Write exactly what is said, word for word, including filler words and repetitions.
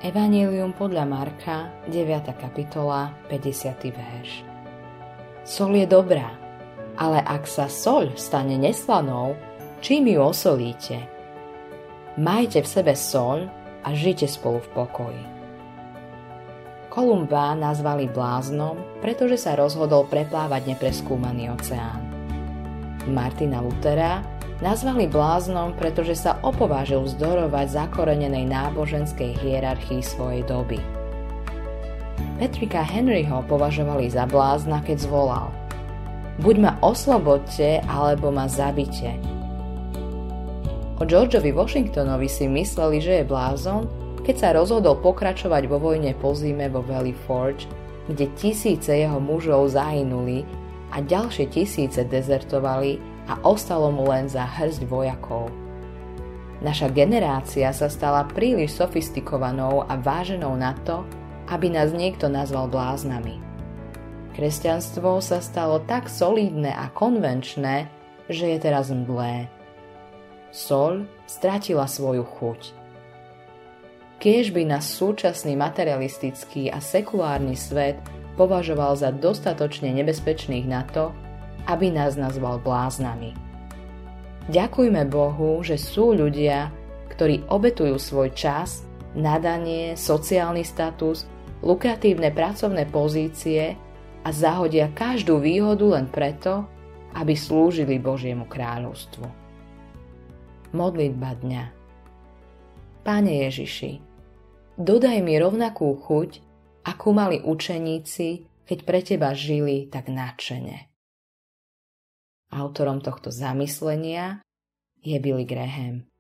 Evanjelium podľa Marka, deviata kapitola, päťdesiaty verš. Soľ je dobrá, ale ak sa soľ stane neslanou, čím ju osolíte? Majte v sebe soľ a žite spolu v pokoji. Kolumba nazvali bláznom, pretože sa rozhodol preplávať nepreskúmaný oceán. Martina Luthera nazvali bláznom, pretože sa opovážil vzdorovať zakorenenej náboženskej hierarchii svojej doby. Patricka Henryho považovali za blázna, keď zvolal: buď ma oslobodte, alebo ma zabite. O Georgeovi Washingtonovi si mysleli, že je blázon, keď sa rozhodol pokračovať vo vojne po zime vo Valley Forge, kde tisíce jeho mužov zahynuli a ďalšie tisíce dezertovali a ostalo mu len za hŕsť vojakov. Naša generácia sa stala príliš sofistikovanou a váženou na to, aby nás niekto nazval bláznami. Kresťanstvo sa stalo tak solídne a konvenčné, že je teraz mdlé. Soľ stratila svoju chuť. Kiež by nás súčasný materialistický a sekulárny svet považoval za dostatočne nebezpečných na to, aby nás nazval bláznami. Ďakujme Bohu, že sú ľudia, ktorí obetujú svoj čas, nadanie, sociálny status, lukratívne pracovné pozície a zahodia každú výhodu len preto, aby slúžili Božiemu kráľovstvu. Modlitba dňa. Páne Ježiši, dodaj mi rovnakú chuť, akú mali učeníci, keď pre Teba žili tak nadšene. Autorom tohto zamyslenia je Billy Graham.